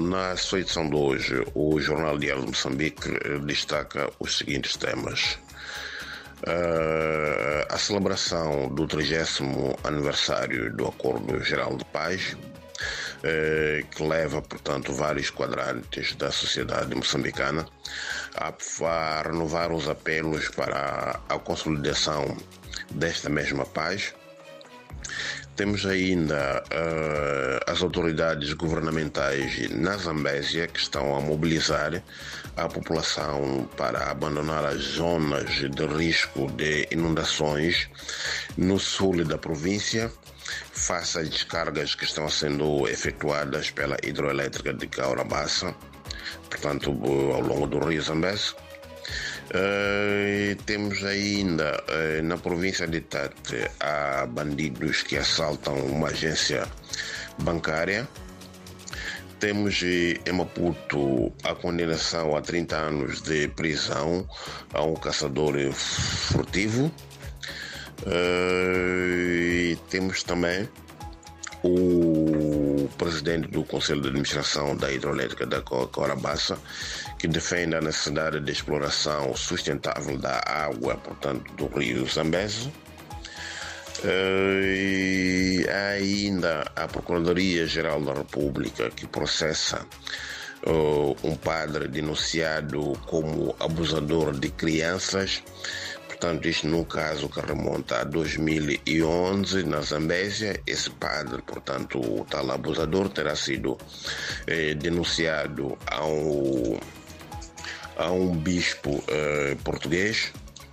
Na sua edição de hoje, o Jornal Diário de Moçambique destaca os seguintes temas. A celebração do 30º aniversário do Acordo Geral de Paz, que leva, portanto, vários quadrantes da sociedade moçambicana a renovar os apelos para a consolidação desta mesma paz. Temos ainda as autoridades governamentais na Zambésia que estão a mobilizar a população para abandonar as zonas de risco de inundações no sul da província, face às descargas que estão sendo efetuadas pela hidroelétrica de Caurabassa, portanto, ao longo do rio Zambésia. Temos ainda na província de Tete há bandidos que assaltam uma agência bancária. Temos em Maputo a condenação a 30 anos de prisão a um caçador furtivo. Temos também o presidente do Conselho de Administração da Hidroelétrica da Caurabassa, que defende a necessidade de exploração sustentável da água, portanto, do rio Zambésia. Há ainda a Procuradoria-Geral da República, que processa um padre denunciado como abusador de crianças. Portanto, isto num caso que remonta a 2011 na Zambésia. Esse padre, portanto, o tal abusador, terá sido denunciado a um bispo português.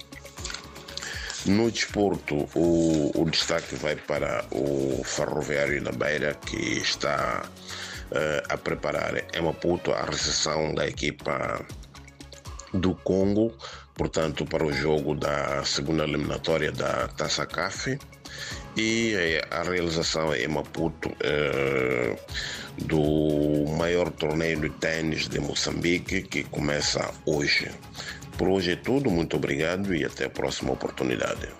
No desporto, o destaque vai para o Ferroviário da Beira, que está a preparar em Maputo a recepção da equipa do Congo, portanto, para o jogo da segunda eliminatória da Taça CAF, e a realização em Maputo do maior torneio de ténis de Moçambique, que começa hoje. Por hoje é tudo, muito obrigado e até a próxima oportunidade.